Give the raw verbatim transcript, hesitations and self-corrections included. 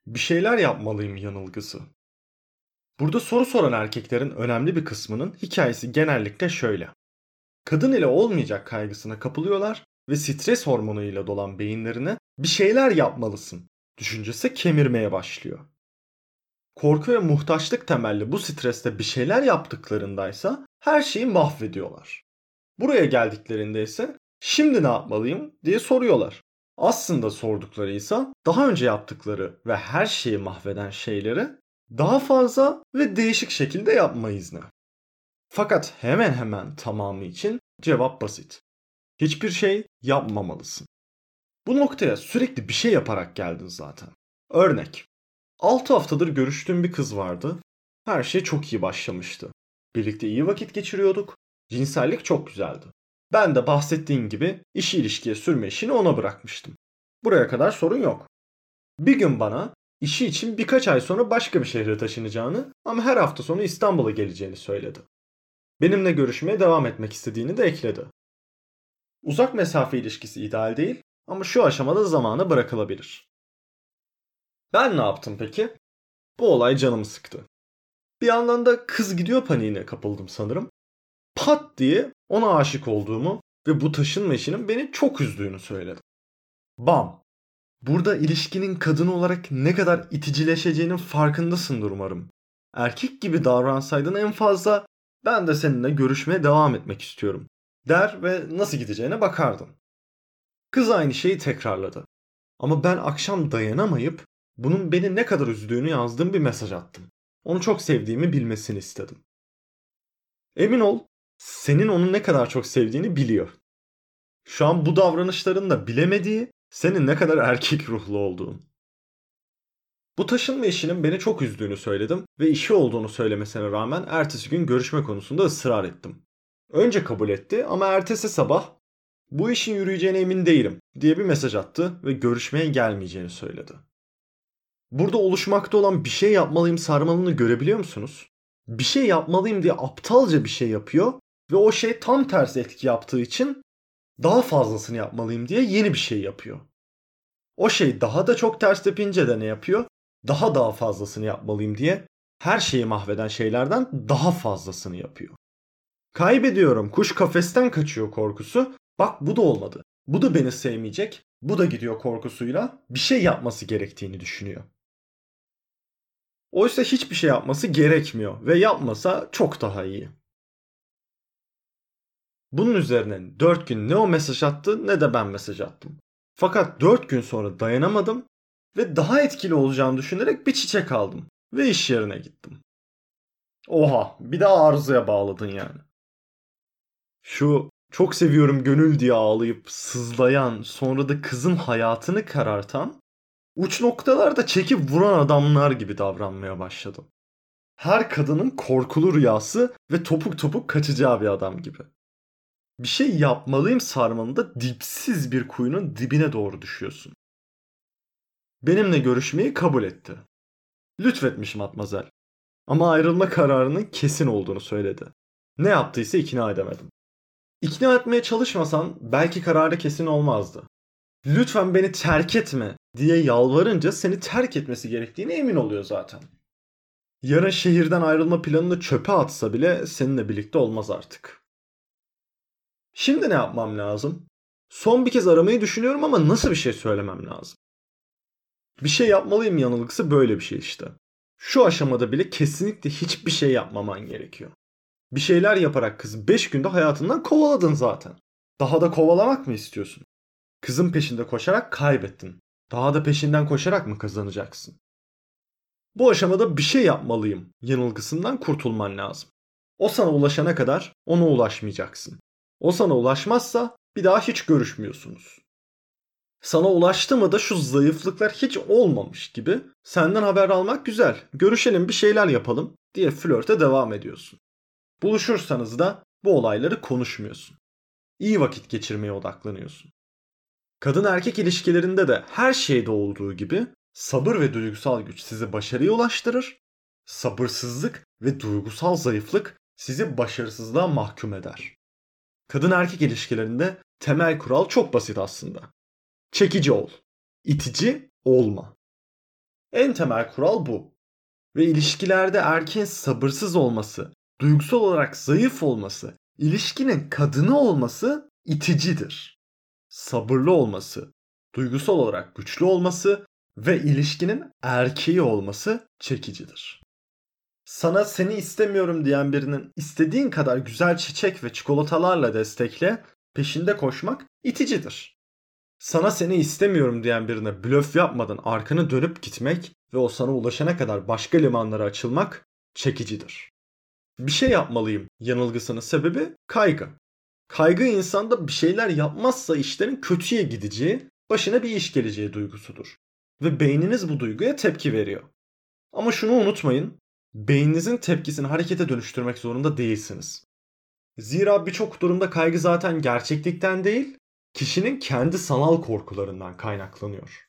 bir şeyler yapmalıyım yanılgısı. Burada soru soran erkeklerin önemli bir kısmının hikayesi genellikle şöyle. Kadın ile olmayacak kaygısına kapılıyorlar ve stres hormonuyla dolan beyinlerine bir şeyler yapmalısın düşüncesi kemirmeye başlıyor. Korku ve muhtaçlık temelli bu streste bir şeyler yaptıklarındaysa her şeyi mahvediyorlar. Buraya geldiklerinde ise şimdi ne yapmalıyım diye soruyorlar. Aslında sordukları ise daha önce yaptıkları ve her şeyi mahveden şeyleri daha fazla ve değişik şekilde yapma izni. Fakat hemen hemen tamamı için cevap basit. Hiçbir şey yapmamalısın. Bu noktaya sürekli bir şey yaparak geldin zaten. Örnek. altı haftadır görüştüğüm bir kız vardı. Her şey çok iyi başlamıştı. Birlikte iyi vakit geçiriyorduk. Cinsellik çok güzeldi. Ben de bahsettiğin gibi işi ilişkiye sürme işini ona bırakmıştım. Buraya kadar sorun yok. Bir gün bana işi için birkaç ay sonra başka bir şehre taşınacağını ama her hafta sonu İstanbul'a geleceğini söyledi. Benimle görüşmeye devam etmek istediğini de ekledi. Uzak mesafe ilişkisi ideal değil ama şu aşamada zamana bırakılabilir. Ben ne yaptım peki? Bu olay canımı sıktı. Bir yandan da kız gidiyor paniğine kapıldım sanırım. Pat diye ona aşık olduğumu ve bu taşınma işinin beni çok üzdüğünü söyledim. Bam! Burada ilişkinin kadın olarak ne kadar iticileşeceğinin farkındasındır umarım. Erkek gibi davransaydın en fazla ben de seninle görüşmeye devam etmek istiyorum der ve nasıl gideceğine bakardın. Kız aynı şeyi tekrarladı. Ama ben akşam dayanamayıp bunun beni ne kadar üzdüğünü yazdığım bir mesaj attım. Onu çok sevdiğimi bilmesini istedim. Emin ol, senin onu ne kadar çok sevdiğini biliyor. Şu an bu davranışların da bilemediği senin ne kadar erkek ruhlu olduğun. Bu taşınma işinin beni çok üzdüğünü söyledim ve işi olduğunu söylemesine rağmen ertesi gün görüşme konusunda ısrar ettim. Önce kabul etti ama ertesi sabah bu işin yürüyeceğine emin değilim diye bir mesaj attı ve görüşmeye gelmeyeceğini söyledi. Burada oluşmakta olan bir şey yapmalıyım sarmalını görebiliyor musunuz? Bir şey yapmalıyım diye aptalca bir şey yapıyor ve o şey tam tersi etki yaptığı için daha fazlasını yapmalıyım diye yeni bir şey yapıyor. O şey daha da çok ters tepince de ne yapıyor? Daha daha fazlasını yapmalıyım diye her şeyi mahveden şeylerden daha fazlasını yapıyor. Kaybediyorum, kuş kafesten kaçıyor korkusu. Bak bu da olmadı. Bu da beni sevmeyecek. Bu da gidiyor korkusuyla bir şey yapması gerektiğini düşünüyor. Oysa hiçbir şey yapması gerekmiyor ve yapmasa çok daha iyi. Bunun üzerine dört gün ne o mesaj attı ne de ben mesaj attım. Fakat dört gün sonra dayanamadım ve daha etkili olacağını düşünerek bir çiçek aldım ve iş yerine gittim. Oha, bir daha arızaya bağladın yani. Şu çok seviyorum gönül diye ağlayıp sızlayan, sonra da kızın hayatını karartan, uç noktalarda çekip vuran adamlar gibi davranmaya başladım. Her kadının korkulu rüyası ve topuk topuk kaçacağı bir adam gibi. Bir şey yapmalıyım sarmalında dipsiz bir kuyunun dibine doğru düşüyorsun. Benimle görüşmeyi kabul etti. Lütfetmiş matmazel. Ama ayrılma kararının kesin olduğunu söyledi. Ne yaptıysa ikna edemedim. İkna etmeye çalışmasan belki kararı kesin olmazdı. Lütfen beni terk etme diye yalvarınca seni terk etmesi gerektiğine emin oluyor zaten. Yarın şehirden ayrılma planını çöpe atsa bile seninle birlikte olmaz artık. Şimdi ne yapmam lazım? Son bir kez aramayı düşünüyorum ama nasıl bir şey söylemem lazım? Bir şey yapmalıyım yanılgısı böyle bir şey işte. Şu aşamada bile kesinlikle hiçbir şey yapmaman gerekiyor. Bir şeyler yaparak kızı beş günde hayatından kovaladın zaten. Daha da kovalamak mı istiyorsun? Kızın peşinde koşarak kaybettin. Daha da peşinden koşarak mı kazanacaksın? Bu aşamada bir şey yapmalıyım yanılgısından kurtulman lazım. O sana ulaşana kadar ona ulaşmayacaksın. O sana ulaşmazsa bir daha hiç görüşmüyorsunuz. Sana ulaştı mı da şu zayıflıklar hiç olmamış gibi senden haber almak güzel, görüşelim bir şeyler yapalım diye flörte devam ediyorsun. Buluşursanız da bu olayları konuşmuyorsun. İyi vakit geçirmeye odaklanıyorsun. Kadın erkek ilişkilerinde de her şeyde olduğu gibi sabır ve duygusal güç sizi başarıya ulaştırır, sabırsızlık ve duygusal zayıflık sizi başarısızlığa mahkum eder. Kadın erkek ilişkilerinde temel kural çok basit aslında. Çekici ol, itici olma. En temel kural bu. Ve ilişkilerde erkeğin sabırsız olması, duygusal olarak zayıf olması, ilişkinin kadını olması iticidir. Sabırlı olması, duygusal olarak güçlü olması ve ilişkinin erkeği olması çekicidir. Sana seni istemiyorum diyen birinin istediğin kadar güzel çiçek ve çikolatalarla destekle, peşinde koşmak iticidir. Sana seni istemiyorum diyen birine blöf yapmadan arkanı dönüp gitmek ve o sana ulaşana kadar başka limanlara açılmak çekicidir. Bir şey yapmalıyım yanılgısının sebebi kaygı. Kaygı insanda bir şeyler yapmazsa işlerin kötüye gideceği, başına bir iş geleceği duygusudur. Ve beyniniz bu duyguya tepki veriyor. Ama şunu unutmayın, beyninizin tepkisini harekete dönüştürmek zorunda değilsiniz. Zira birçok durumda kaygı zaten gerçeklikten değil, kişinin kendi sanal korkularından kaynaklanıyor.